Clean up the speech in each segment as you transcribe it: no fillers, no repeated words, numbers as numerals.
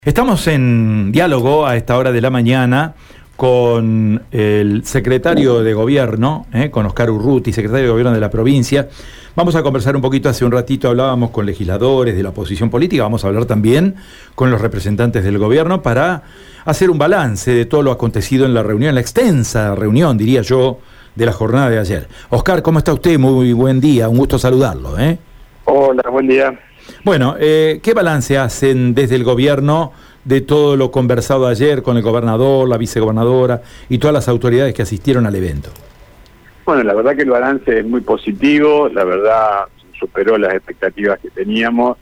Estamos en diálogo a esta hora de la mañana con el secretario de Gobierno, con Oscar Urruti, secretario de Gobierno de la provincia. Vamos a conversar un poquito. Hace un ratito hablábamos con legisladores de la oposición política. Vamos a hablar también con los representantes del Gobierno para hacer un balance de todo lo acontecido en la reunión, la extensa reunión, diría yo, de la jornada de ayer. Oscar, ¿cómo está usted? Muy buen día, un gusto saludarlo. Hola, buen día. Bueno, ¿qué balance hacen desde el Gobierno de todo lo conversado ayer con el gobernador, la vicegobernadora y todas las autoridades que asistieron al evento? Bueno, la verdad que el balance es muy positivo, la verdad superó las expectativas que teníamos.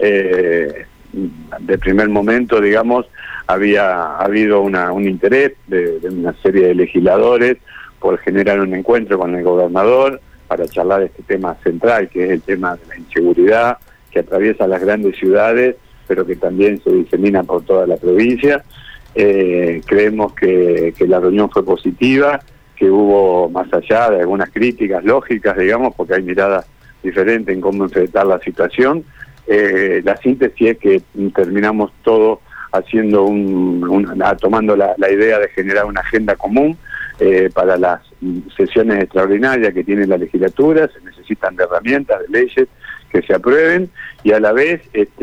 De primer momento, digamos, había habido un interés de una serie de legisladores por generar un encuentro con el gobernador para charlar de este tema central, que es el tema de la inseguridad, que atraviesa las grandes ciudades, pero que también se disemina por toda la provincia. Creemos que la reunión fue positiva, que hubo, más allá de algunas críticas lógicas, digamos, porque hay miradas diferentes en cómo enfrentar la situación, la síntesis es que terminamos todo haciendo tomando la idea de generar una agenda común para las sesiones extraordinarias que tiene la legislatura. Se necesitan de herramientas, de leyes que se aprueben, y a la vez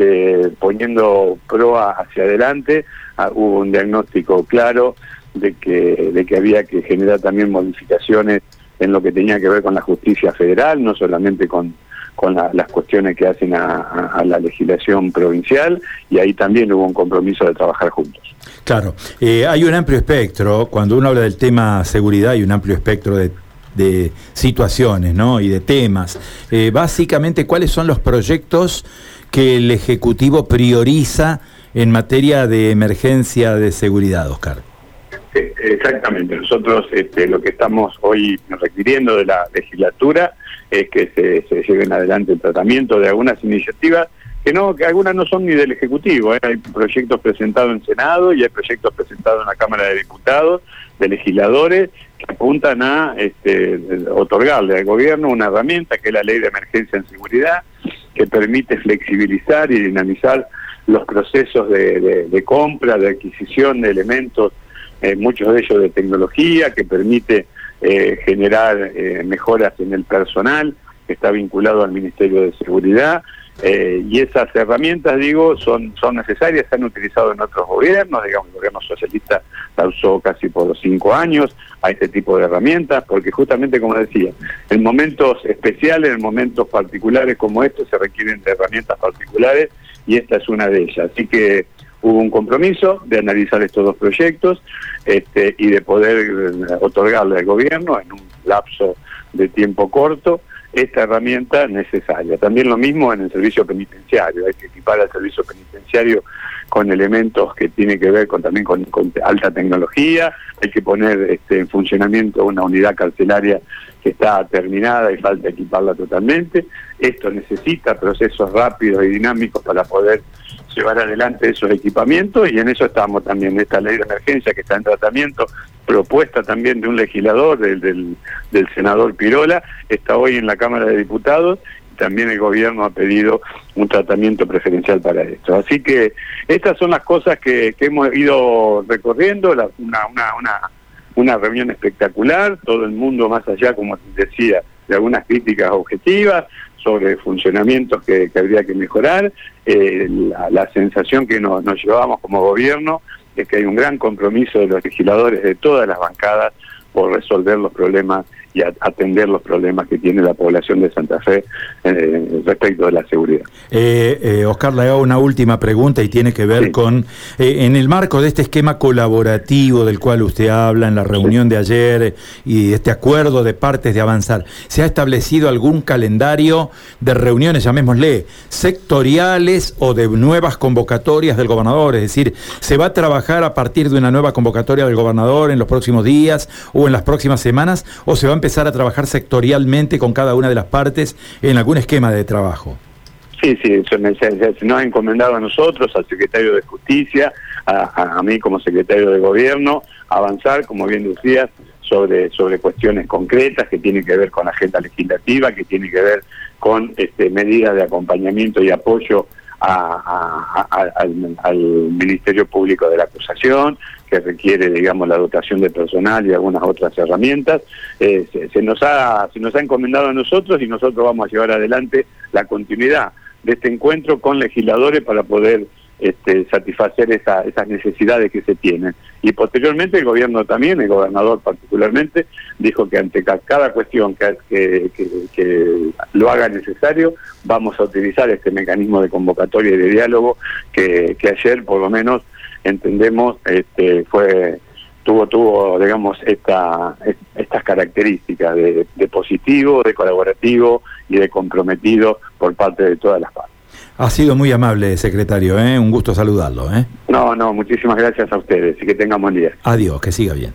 poniendo proa hacia adelante. Hubo un diagnóstico claro de que había que generar también modificaciones en lo que tenía que ver con la justicia federal, no solamente con las cuestiones que hacen a la legislación provincial, y ahí también hubo un compromiso de trabajar juntos. Claro, hay un amplio espectro. Cuando uno habla del tema seguridad, hay un amplio espectro de situaciones, ¿no? Y de temas. Básicamente, ¿cuáles son los proyectos que el Ejecutivo prioriza en materia de emergencia de seguridad, Oscar? Exactamente. Nosotros lo que estamos hoy requiriendo de la legislatura es que se lleven adelante el tratamiento de algunas iniciativas que algunas no son ni del Ejecutivo. Hay proyectos presentados en Senado y hay proyectos presentados en la Cámara de Diputados de legisladores que apuntan a otorgarle al gobierno una herramienta que es la Ley de Emergencia en Seguridad, que permite flexibilizar y dinamizar los procesos de compra, de adquisición de elementos, muchos de ellos de tecnología, que permite generar mejoras en el personal que está vinculado al Ministerio de Seguridad. Y esas herramientas, digo, son necesarias, se han utilizado en otros gobiernos, digamos, el gobierno socialista la usó casi por 5 años a este tipo de herramientas, porque justamente, como decía, en momentos especiales, en momentos particulares como estos, se requieren de herramientas particulares, y esta es una de ellas. Así que hubo un compromiso de analizar estos dos proyectos y de poder otorgarle al gobierno en un lapso de tiempo corto esta herramienta necesaria. También lo mismo en el servicio penitenciario. Hay que equipar al servicio penitenciario con elementos que tienen que ver también con alta tecnología. Hay que poner en funcionamiento una unidad carcelaria que está terminada y falta equiparla totalmente. Esto necesita procesos rápidos y dinámicos para poder llevar adelante esos equipamientos, y en eso estamos también. Esta ley de emergencia que está en tratamiento, propuesta también de un legislador, del senador Pirola, está hoy en la Cámara de Diputados, y también el gobierno ha pedido un tratamiento preferencial para esto. Así que estas son las cosas que hemos ido recorriendo, una reunión espectacular, todo el mundo, más allá, como decía, de algunas críticas objetivas sobre funcionamientos que habría que mejorar. La sensación que nos llevamos como gobierno es que hay un gran compromiso de los legisladores de todas las bancadas por resolver los problemas y atender los problemas que tiene la población de Santa Fe respecto de la seguridad. Oscar, le hago una última pregunta y tiene que ver con, en el marco de este esquema colaborativo del cual usted habla en la reunión de ayer y este acuerdo de partes de avanzar, ¿se ha establecido algún calendario de reuniones, llamémosle, sectoriales o de nuevas convocatorias del gobernador? Es decir, ¿se va a trabajar a partir de una nueva convocatoria del gobernador en los próximos días o en las próximas semanas, o se va a empezar a trabajar sectorialmente con cada una de las partes en algún esquema de trabajo? Sí, se nos ha encomendado a nosotros, al secretario de Justicia, a mí como secretario de Gobierno, avanzar, como bien decías, sobre cuestiones concretas que tienen que ver con la agenda legislativa, que tienen que ver con medidas de acompañamiento y apoyo al Ministerio Público de la Acusación, que requiere, digamos, la dotación de personal y algunas otras herramientas. Se nos ha encomendado a nosotros, y nosotros vamos a llevar adelante la continuidad de este encuentro con legisladores para poder satisfacer esas necesidades que se tienen. Y posteriormente el gobierno también, el gobernador particularmente, dijo que ante cada cuestión que lo haga necesario, vamos a utilizar este mecanismo de convocatoria y de diálogo que ayer, por lo menos, entendemos, tuvo digamos, estas características de positivo, de colaborativo y de comprometido por parte de todas las partes. Ha sido muy amable, secretario, un gusto saludarlo. No, muchísimas gracias a ustedes y que tengan buen día. Adiós, que siga bien.